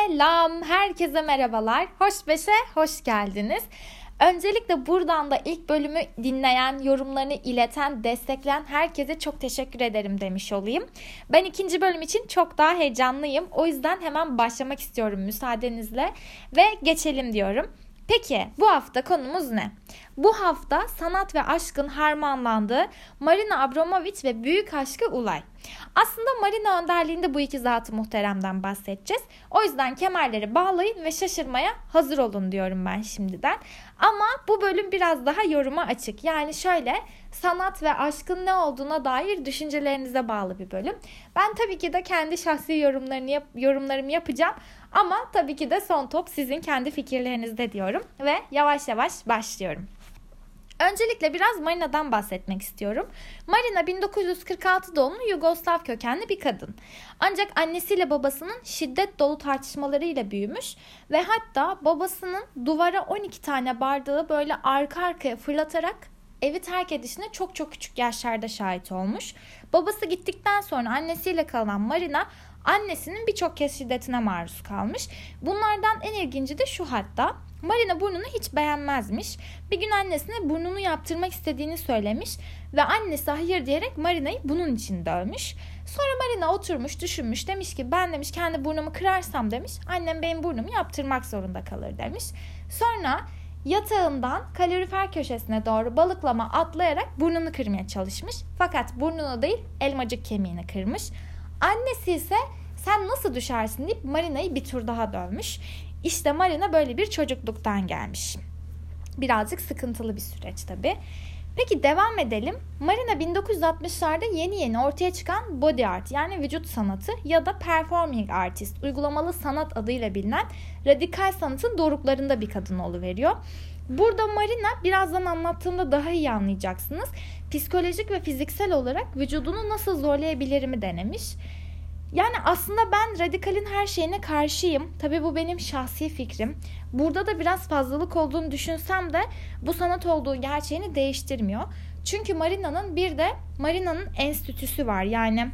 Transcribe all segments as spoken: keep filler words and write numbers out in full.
Selam, herkese merhabalar. Hoş Beş'e hoş geldiniz. Öncelikle buradan da ilk bölümü dinleyen, yorumlarını ileten, destekleyen herkese çok teşekkür ederim demiş olayım. Ben ikinci bölüm için çok daha heyecanlıyım. O yüzden hemen başlamak istiyorum müsaadenizle ve geçelim diyorum. Peki bu hafta konumuz ne? Bu hafta sanat ve aşkın harmanlandığı Marina Abramović ve büyük aşkı Ulay. Aslında Marina önderliğinde bu iki zat-ı muhteremden bahsedeceğiz. O yüzden kemerleri bağlayın ve şaşırmaya hazır olun diyorum ben şimdiden. Ama bu bölüm biraz daha yoruma açık. Yani şöyle, sanat ve aşkın ne olduğuna dair düşüncelerinize bağlı bir bölüm. Ben tabii ki de kendi şahsi yorumlarını yap- yorumlarımı yapacağım. Ama tabii ki de son top sizin kendi fikirlerinizde diyorum. Ve yavaş yavaş başlıyorum. Öncelikle biraz Marina'dan bahsetmek istiyorum. Marina bin dokuz yüz kırk altı doğumlu Yugoslav kökenli bir kadın. Ancak annesiyle babasının şiddet dolu tartışmalarıyla büyümüş ve hatta babasının duvara on iki tane bardağı böyle arka arkaya fırlatarak evi terk edişine çok çok küçük yaşlarda şahit olmuş. Babası gittikten sonra annesiyle kalan Marina annesinin birçok kez şiddetine maruz kalmış. Bunlardan en ilginci de şu hatta. Marina burnunu hiç beğenmezmiş. Bir gün annesine burnunu yaptırmak istediğini söylemiş ve annesi hayır diyerek Marina'yı bunun için dövmüş. Sonra Marina oturmuş, düşünmüş, demiş ki ben demiş kendi burnumu kırarsam demiş annem benim burnumu yaptırmak zorunda kalır demiş. Sonra yatağından kalorifer köşesine doğru balıklama atlayarak burnunu kırmaya çalışmış. Fakat burnunu değil elmacık kemiğini kırmış. Annesi ise sen nasıl düşersin deyip Marina'yı bir tur daha dövmüş. İşte Marina böyle bir çocukluktan gelmiş. Birazcık sıkıntılı bir süreç tabii. Peki devam edelim. Marina bin dokuz yüz altmışlarda yeni yeni ortaya çıkan body art yani vücut sanatı ya da performing artist, uygulamalı sanat adıyla bilinen radikal sanatın doruklarında bir kadın oluveriyor. Burada Marina birazdan anlattığımda daha iyi anlayacaksınız. Psikolojik ve fiziksel olarak vücudunu nasıl zorlayabilirimi denemiş. Yani aslında ben radikalin her şeyine karşıyım. Tabii bu benim şahsi fikrim. Burada da biraz fazlalık olduğunu düşünsem de bu sanat olduğu gerçeğini değiştirmiyor. Çünkü Marina'nın bir de Marina'nın enstitüsü var. Yani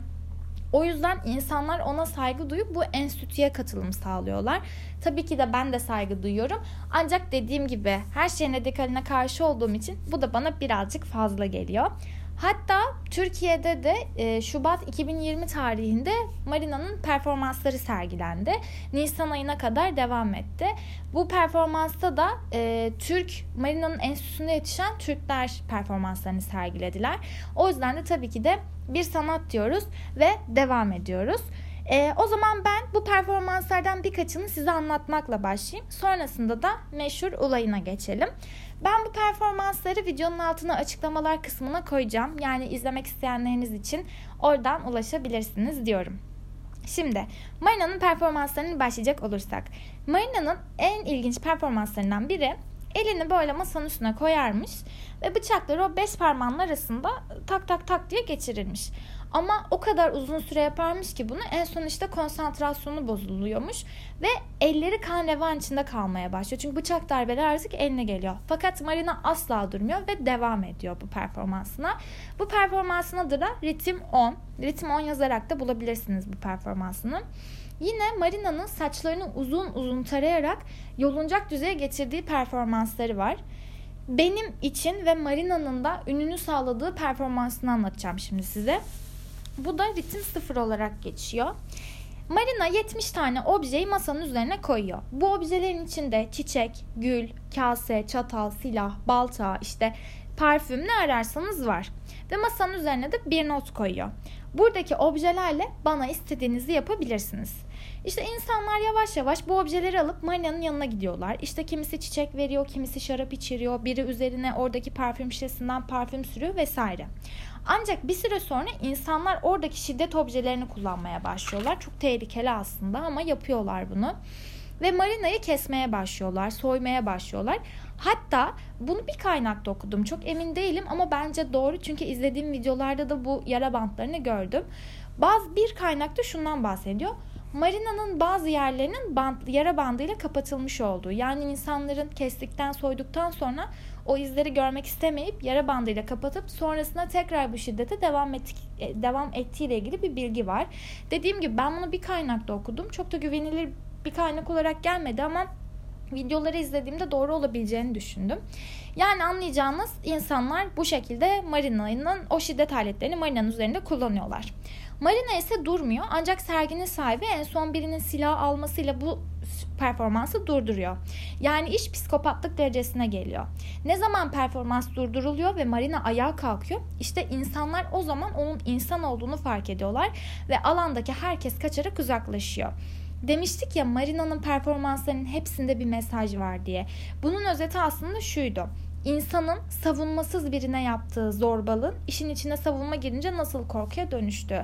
o yüzden insanlar ona saygı duyup bu enstitüye katılım sağlıyorlar. Tabii ki de ben de saygı duyuyorum. Ancak dediğim gibi her şeyin radikaline karşı olduğum için bu da bana birazcık fazla geliyor. Hatta Türkiye'de de e, Şubat iki bin yirmi tarihinde Marina'nın performansları sergilendi. Nisan ayına kadar devam etti. Bu performansta da e, Türk Marina'nın enstitüsünde yetişen Türkler performanslarını sergilediler. O yüzden de tabii ki de bir sanat diyoruz ve devam ediyoruz. E, o zaman ben bu performanslardan birkaçını size anlatmakla başlayayım. Sonrasında da meşhur Ulay'ına geçelim. Ben bu performansları videonun altına açıklamalar kısmına koyacağım. Yani izlemek isteyenleriniz için oradan ulaşabilirsiniz diyorum. Şimdi Marina'nın performanslarına başlayacak olursak. Marina'nın en ilginç performanslarından biri elini böyle masanın üstüne koyarmış ve bıçakları o beş parmağının arasında tak tak tak diye geçirirmiş. Ama o kadar uzun süre yaparmış ki bunu en son işte konsantrasyonu bozuluyormuş ve elleri kan revan içinde kalmaya başlıyor. Çünkü bıçak darbeleri artık eline geliyor. Fakat Marina asla durmuyor ve devam ediyor bu performansına. Bu performansın adı da Ritim on. Ritim on yazarak da bulabilirsiniz bu performansını. Yine Marina'nın saçlarını uzun uzun tarayarak yoluncak düzeye getirdiği performansları var. Benim için ve Marina'nın da ününü sağladığı performansını anlatacağım şimdi size. Bu da ritim sıfır olarak geçiyor. Marina yetmiş tane objeyi masanın üzerine koyuyor. Bu objelerin içinde çiçek, gül, kase, çatal, silah, balta, işte parfüm ne ararsanız var. Ve masanın üzerine de bir not koyuyor. Buradaki objelerle bana istediğinizi yapabilirsiniz. İşte insanlar yavaş yavaş bu objeleri alıp Marina'nın yanına gidiyorlar. İşte kimisi çiçek veriyor, kimisi şarap içiriyor, biri üzerine oradaki parfüm şişesinden parfüm sürüyor vesaire. Ancak bir süre sonra insanlar oradaki şiddet objelerini kullanmaya başlıyorlar. Çok tehlikeli aslında ama yapıyorlar bunu. Ve Marina'yı kesmeye başlıyorlar, soymaya başlıyorlar. Hatta bunu bir kaynakta okudum. Çok emin değilim ama bence doğru. Çünkü izlediğim videolarda da bu yara bantlarını gördüm. Bazı bir kaynakta şundan bahsediyor. Marina'nın bazı yerlerinin bant, yara bandıyla kapatılmış olduğu. Yani insanların kestikten, soyduktan sonra o izleri görmek istemeyip yara bandıyla kapatıp sonrasında tekrar bu şiddete devam, et, devam ettiğiyle ilgili bir bilgi var. Dediğim gibi ben bunu bir kaynakta okudum. Çok da güvenilir bir kaynak olarak gelmedi ama videoları izlediğimde doğru olabileceğini düşündüm. Yani anlayacağınız insanlar bu şekilde Marina'nın o şiddet aletlerini Marina'nın üzerinde kullanıyorlar. Marina ise durmuyor ancak serginin sahibi en son birinin silah almasıyla bu performansı durduruyor. Yani iş psikopatlık derecesine geliyor. Ne zaman performans durduruluyor ve Marina ayağa kalkıyor, İşte insanlar o zaman onun insan olduğunu fark ediyorlar ve alandaki herkes kaçarak uzaklaşıyor. Demiştik ya Marina'nın performanslarının hepsinde bir mesaj var diye. Bunun özeti aslında şuydu. İnsanın savunmasız birine yaptığı zorbalığın işin içine savunma girince nasıl korkuya dönüştü.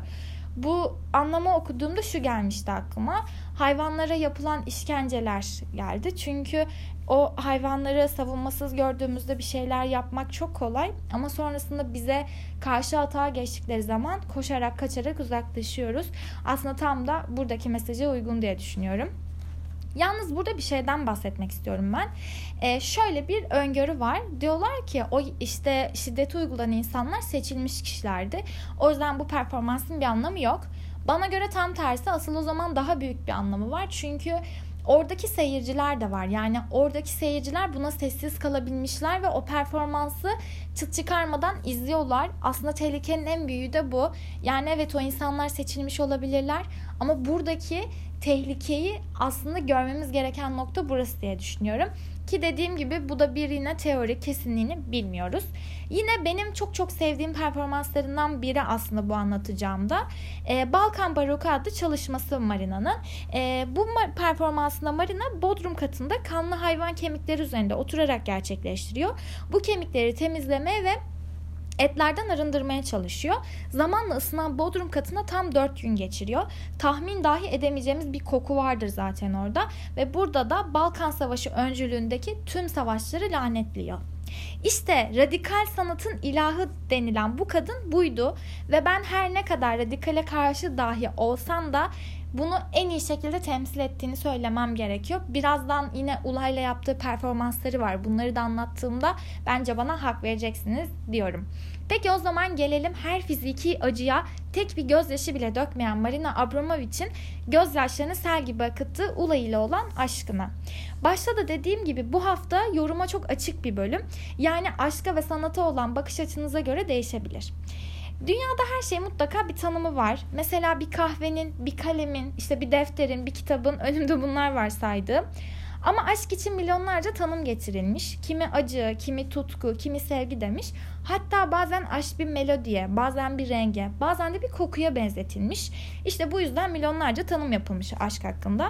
Bu anlamı okuduğumda şu gelmişti aklıma. Hayvanlara yapılan işkenceler geldi. Çünkü o hayvanları savunmasız gördüğümüzde bir şeyler yapmak çok kolay. Ama sonrasında bize karşı atağa geçtikleri zaman koşarak, kaçarak uzaklaşıyoruz. Aslında tam da buradaki mesaja uygun diye düşünüyorum. Yalnız burada bir şeyden bahsetmek istiyorum ben. Ee, şöyle bir öngörü var. Diyorlar ki o işte şiddeti uygulanan insanlar seçilmiş kişilerdi. O yüzden bu performansın bir anlamı yok. Bana göre tam tersi, asıl o zaman daha büyük bir anlamı var. Çünkü oradaki seyirciler de var. Yani oradaki seyirciler buna sessiz kalabilmişler ve o performansı çıt çıkarmadan izliyorlar. Aslında tehlikenin en büyüğü de bu. Yani evet, o insanlar seçilmiş olabilirler ama buradaki tehlikeyi aslında görmemiz gereken nokta burası diye düşünüyorum. Ki dediğim gibi bu da bir yine teori, kesinliğini bilmiyoruz. Yine benim çok çok sevdiğim performanslarından biri aslında bu anlatacağımda. Ee, Balkan Baroku adlı çalışması Marina'nın. Ee, bu performansında Marina bodrum katında kanlı hayvan kemikleri üzerinde oturarak gerçekleştiriyor. Bu kemikleri temizlemeye ve etlerden arındırmaya çalışıyor. Zamanla ısınan bodrum katına tam dört gün geçiriyor. Tahmin dahi edemeyeceğimiz bir koku vardır zaten orada. Ve burada da Balkan Savaşı öncülüğündeki tüm savaşları lanetliyor. İşte radikal sanatın ilahı denilen bu kadın buydu. Ve ben her ne kadar radikale karşı dahi olsam da bunu en iyi şekilde temsil ettiğini söylemem gerekiyor. Birazdan yine Ulay'la yaptığı performansları var. Bunları da anlattığımda bence bana hak vereceksiniz diyorum. Peki o zaman gelelim her fiziki acıya tek bir gözyaşı bile dökmeyen Marina Abramovich'in gözyaşlarını sel gibi akıttığı Ulay ile olan aşkına. Başta da dediğim gibi bu hafta yoruma çok açık bir bölüm. Yani aşka ve sanata olan bakış açınıza göre değişebilir. Dünyada her şey mutlaka bir tanımı var. Mesela bir kahvenin, bir kalemin, işte bir defterin, bir kitabın, önümde bunlar var saydığım. Ama aşk için milyonlarca tanım getirilmiş. Kimi acı, kimi tutku, kimi sevgi demiş. Hatta bazen aşk bir melodiye, bazen bir renge, bazen de bir kokuya benzetilmiş. İşte bu yüzden milyonlarca tanım yapılmış aşk hakkında.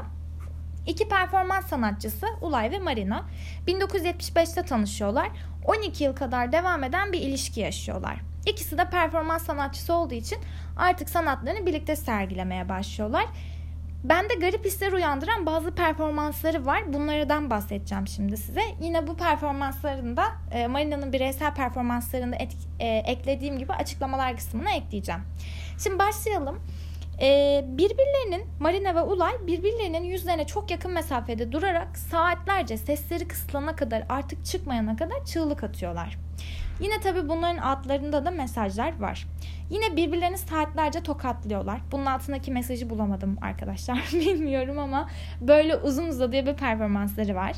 İki performans sanatçısı Ulay ve Marina bin dokuz yüz yetmiş beşte tanışıyorlar. on iki yıl kadar devam eden bir ilişki yaşıyorlar. İkisi de performans sanatçısı olduğu için artık sanatlarını birlikte sergilemeye başlıyorlar. Bende garip hisler uyandıran bazı performansları var. Bunlardan bahsedeceğim şimdi size. Yine bu performanslarında e, Marina'nın bireysel performanslarını et, e, eklediğim gibi açıklamalar kısmına ekleyeceğim. Şimdi başlayalım. E, birbirlerinin Marina ve Ulay birbirlerinin yüzlerine çok yakın mesafede durarak saatlerce sesleri kısıtlana kadar, artık çıkmayana kadar çığlık atıyorlar. Yine tabii bunların altlarında da mesajlar var. Yine birbirlerini saatlerce tokatlıyorlar. Bunun altındaki mesajı bulamadım arkadaşlar. Bilmiyorum ama böyle uzun uzadıya bir performansları var.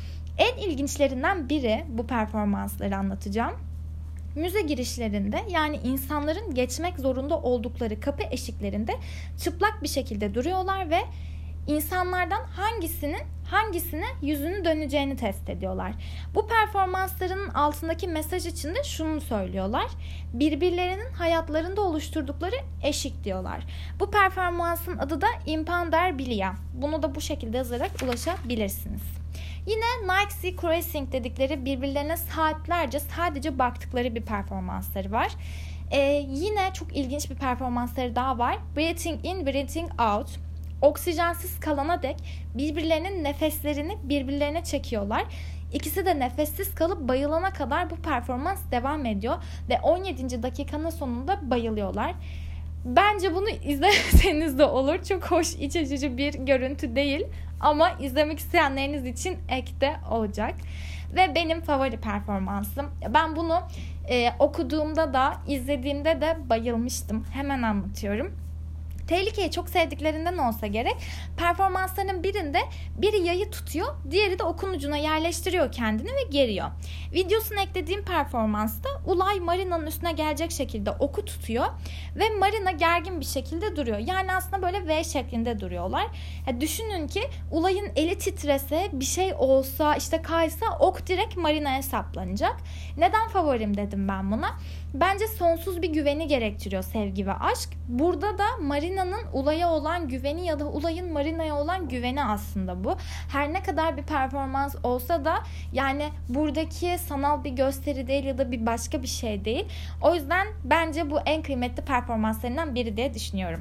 En ilginçlerinden biri, bu performansları anlatacağım. Müze girişlerinde, yani insanların geçmek zorunda oldukları kapı eşiklerinde çıplak bir şekilde duruyorlar ve insanlardan hangisinin hangisine yüzünü döneceğini test ediyorlar. Bu performansların altındaki mesaj için de şunu söylüyorlar. Birbirlerinin hayatlarında oluşturdukları eşik diyorlar. Bu performansın adı da Imponderabilia. Bunu da bu şekilde yazarak ulaşabilirsiniz. Yine Nike Crossing dedikleri birbirlerine saatlerce sadece baktıkları bir performansları var. Ee, yine çok ilginç bir performansları daha var. Breathing in, breathing out. Oksijensiz kalana dek birbirlerinin nefeslerini birbirlerine çekiyorlar. İkisi de nefessiz kalıp bayılana kadar bu performans devam ediyor ve on yedinci dakikanın sonunda bayılıyorlar. Bence bunu izlemeseniz de olur. Çok hoş, iç açıcı bir görüntü değil ama izlemek isteyenleriniz için ekte olacak. Ve benim favori performansım. Ben bunu e, okuduğumda da izlediğimde de bayılmıştım. Hemen anlatıyorum. Tehlikeyi çok sevdiklerinden olsa gerek, performanslarının birinde biri yayı tutuyor, diğeri de okun ucuna yerleştiriyor kendini ve geriyor. Videosuna eklediğim performansta Ulay Marina'nın üstüne gelecek şekilde oku tutuyor ve Marina gergin bir şekilde duruyor. Yani aslında böyle V şeklinde duruyorlar. Ya düşünün ki Ulay'ın eli titrese, bir şey olsa, işte kaysa ok direkt Marina'ya saplanacak. Neden favorim dedim ben buna? Bence sonsuz bir güveni gerektiriyor sevgi ve aşk. Burada da Marina'nın Ulay'a olan güveni ya da Ulay'ın Marina'ya olan güveni aslında bu. Her ne kadar bir performans olsa da yani buradaki sanal bir gösteri değil ya da bir başka bir şey değil. O yüzden bence bu en kıymetli performanslarından biri diye düşünüyorum.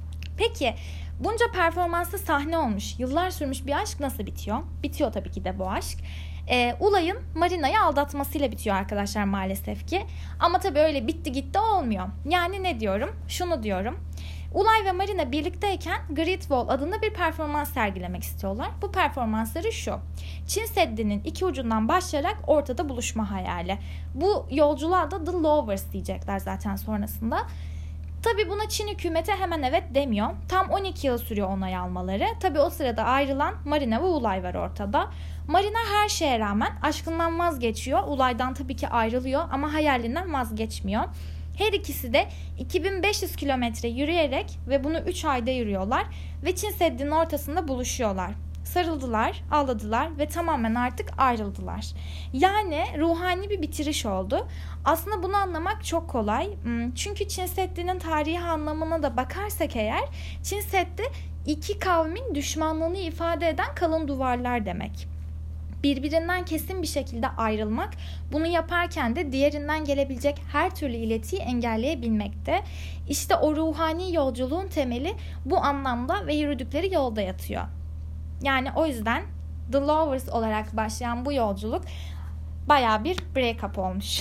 Peki bunca performanslı sahne olmuş, yıllar sürmüş bir aşk nasıl bitiyor? Bitiyor tabii ki de bu aşk. Ee, Ulay'ın Marina'yı aldatmasıyla bitiyor arkadaşlar maalesef ki. Ama tabii öyle bitti gitti olmuyor. Yani ne diyorum? Şunu diyorum. Ulay ve Marina birlikteyken Great Wall adında bir performans sergilemek istiyorlar. Bu performansları şu: Çin Seddi'nin iki ucundan başlayarak ortada buluşma hayali. Bu yolculuğa da The Lovers diyecekler zaten sonrasında. Tabii buna Çin hükümeti hemen evet demiyor. Tam on iki yıl sürüyor onay almaları. Tabii o sırada ayrılan Marina ve Ulay var ortada. Marina her şeye rağmen aşkından vazgeçiyor. Ulay'dan tabii ki ayrılıyor ama hayalinden vazgeçmiyor. Her ikisi de iki bin beş yüz kilometre yürüyerek ve bunu üç ayda yürüyorlar ve Çin Seddi'nin ortasında buluşuyorlar. Sarıldılar, ağladılar ve tamamen artık ayrıldılar. Yani ruhani bir bitiriş oldu. Aslında bunu anlamak çok kolay. Çünkü Çin Seddi'nin tarihi anlamına da bakarsak eğer, Çin Seddi iki kavmin düşmanlığını ifade eden kalın duvarlar demek. Birbirinden kesin bir şekilde ayrılmak, bunu yaparken de diğerinden gelebilecek her türlü iletiyi engelleyebilmekte. İşte o ruhani yolculuğun temeli bu anlamda ve yürüdükleri yolda yatıyor. Yani o yüzden The Lovers olarak başlayan bu yolculuk bayağı bir break-up olmuş.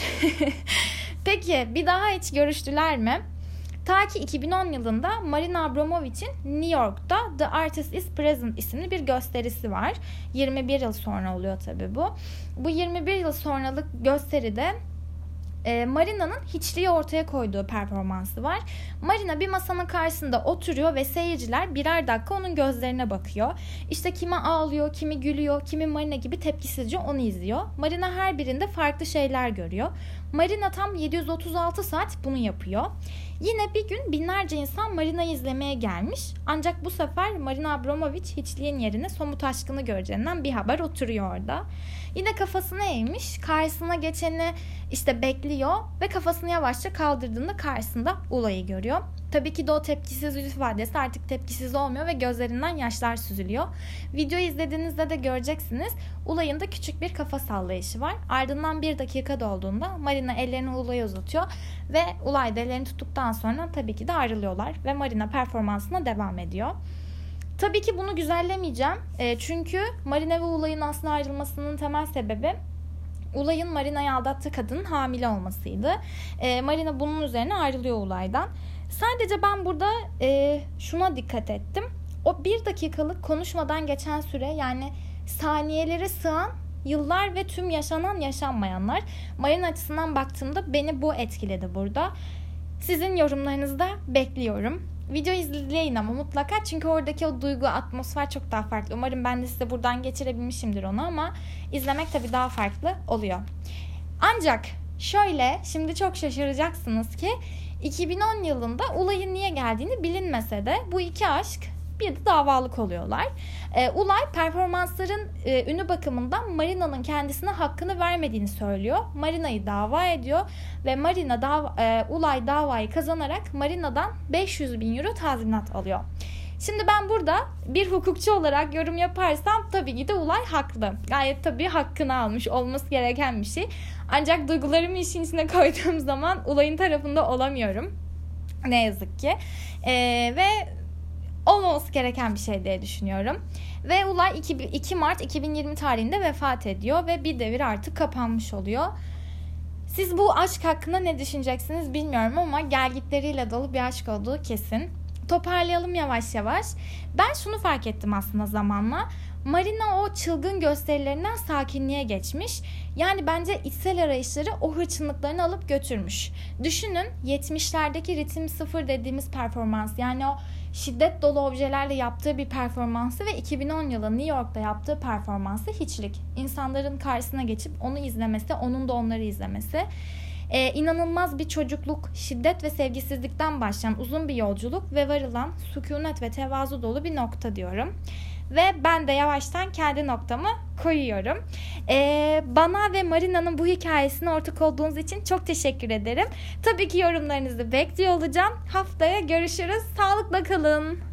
Peki bir daha hiç görüştüler mi? Ta ki iki bin on yılında Marina Abramovich'in New York'ta The Artist is Present isimli bir gösterisi var. yirmi bir yıl sonra oluyor tabii bu. Bu yirmi bir yıl sonralık gösteride e, Marina'nın hiçliği ortaya koyduğu performansı var. Marina bir masanın karşısında oturuyor ve seyirciler birer dakika onun gözlerine bakıyor. İşte kimi ağlıyor, kimi gülüyor, kimi Marina gibi tepkisizce onu izliyor. Marina her birinde farklı şeyler görüyor. Marina tam yedi yüz otuz altı saat bunu yapıyor. Yine bir gün binlerce insan Marina'yı izlemeye gelmiş. Ancak bu sefer Marina Abramovich hiçliğin yerine somut aşkını göreceğinden bir haber oturuyor orada. Yine kafasını eğmiş, karşısına geçeni işte bekliyor ve kafasını yavaşça kaldırdığında karşısında Ulay'ı görüyor. Tabii ki de o tepkisiz yüz ifadesi artık tepkisiz olmuyor ve gözlerinden yaşlar süzülüyor. Videoyu izlediğinizde de göreceksiniz. Ulay'ın da küçük bir kafa sallayışı var. Ardından bir dakika dolduğunda Marina ellerini Ulay'a uzatıyor ve Ulay da ellerini tuttuktan sonra tabii ki de ayrılıyorlar ve Marina performansına devam ediyor. Tabii ki bunu güzellemeyeceğim. E, çünkü Marina ve Ulay'ın aslında ayrılmasının temel sebebi Ulay'ın Marina'yı aldattığı kadının hamile olmasıydı. E, Marina bunun üzerine ayrılıyor Ulay'dan. Sadece ben burada e, şuna dikkat ettim. O bir dakikalık konuşmadan geçen süre, yani saniyelere sığan yıllar ve tüm yaşanan yaşanmayanlar. Marina açısından baktığımda beni bu etkiledi burada. Sizin yorumlarınızı da bekliyorum. Video izleyin ama mutlaka, çünkü oradaki o duygu, atmosfer çok daha farklı. Umarım ben de size buradan geçirebilmişimdir onu, ama izlemek tabii daha farklı oluyor. Ancak şöyle, şimdi çok şaşıracaksınız ki iki bin on yılında Ulay'ın niye geldiğini bilinmese de bu iki aşk bir de davalık oluyorlar. Ee, Ulay performansların e, ünü bakımından Marina'nın kendisine hakkını vermediğini söylüyor. Marina'yı dava ediyor ve Marina dava, e, Ulay davayı kazanarak Marina'dan beş yüz bin euro tazminat alıyor. Şimdi ben burada bir hukukçu olarak yorum yaparsam tabii ki de Ulay haklı. Gayet tabii hakkını almış, olması gereken bir şey. Ancak duygularımı işin içine koyduğum zaman Ulay'ın tarafında olamıyorum. Ne yazık ki. Ee, ve olmaması gereken bir şey diye düşünüyorum. Ve Ulay iki Mart iki bin yirmi tarihinde vefat ediyor ve bir devir artık kapanmış oluyor. Siz bu aşk hakkında ne düşüneceksiniz bilmiyorum, ama gelgitleriyle dolu bir aşk olduğu kesin. Toparlayalım yavaş yavaş. Ben şunu fark ettim aslında zamanla. Marina o çılgın gösterilerinden sakinliğe geçmiş. Yani bence içsel arayışları o hırçınlıklarını alıp götürmüş. Düşünün, yetmişlerdeki ritim sıfır dediğimiz performans, yani o şiddet dolu objelerle yaptığı bir performansı ve iki bin on yılı New York'ta yaptığı performansı hiçlik. İnsanların karşısına geçip onu izlemesi, onun da onları izlemesi. Ee, inanılmaz bir çocukluk, şiddet ve sevgisizlikten başlayan uzun bir yolculuk ve varılan sükunet ve tevazu dolu bir nokta diyorum. Ve ben de yavaştan kendi noktamı koyuyorum. Ee, bana ve Marina'nın bu hikayesine ortak olduğunuz için çok teşekkür ederim. Tabii ki yorumlarınızı bekliyor olacağım. Haftaya görüşürüz. Sağlıkla kalın.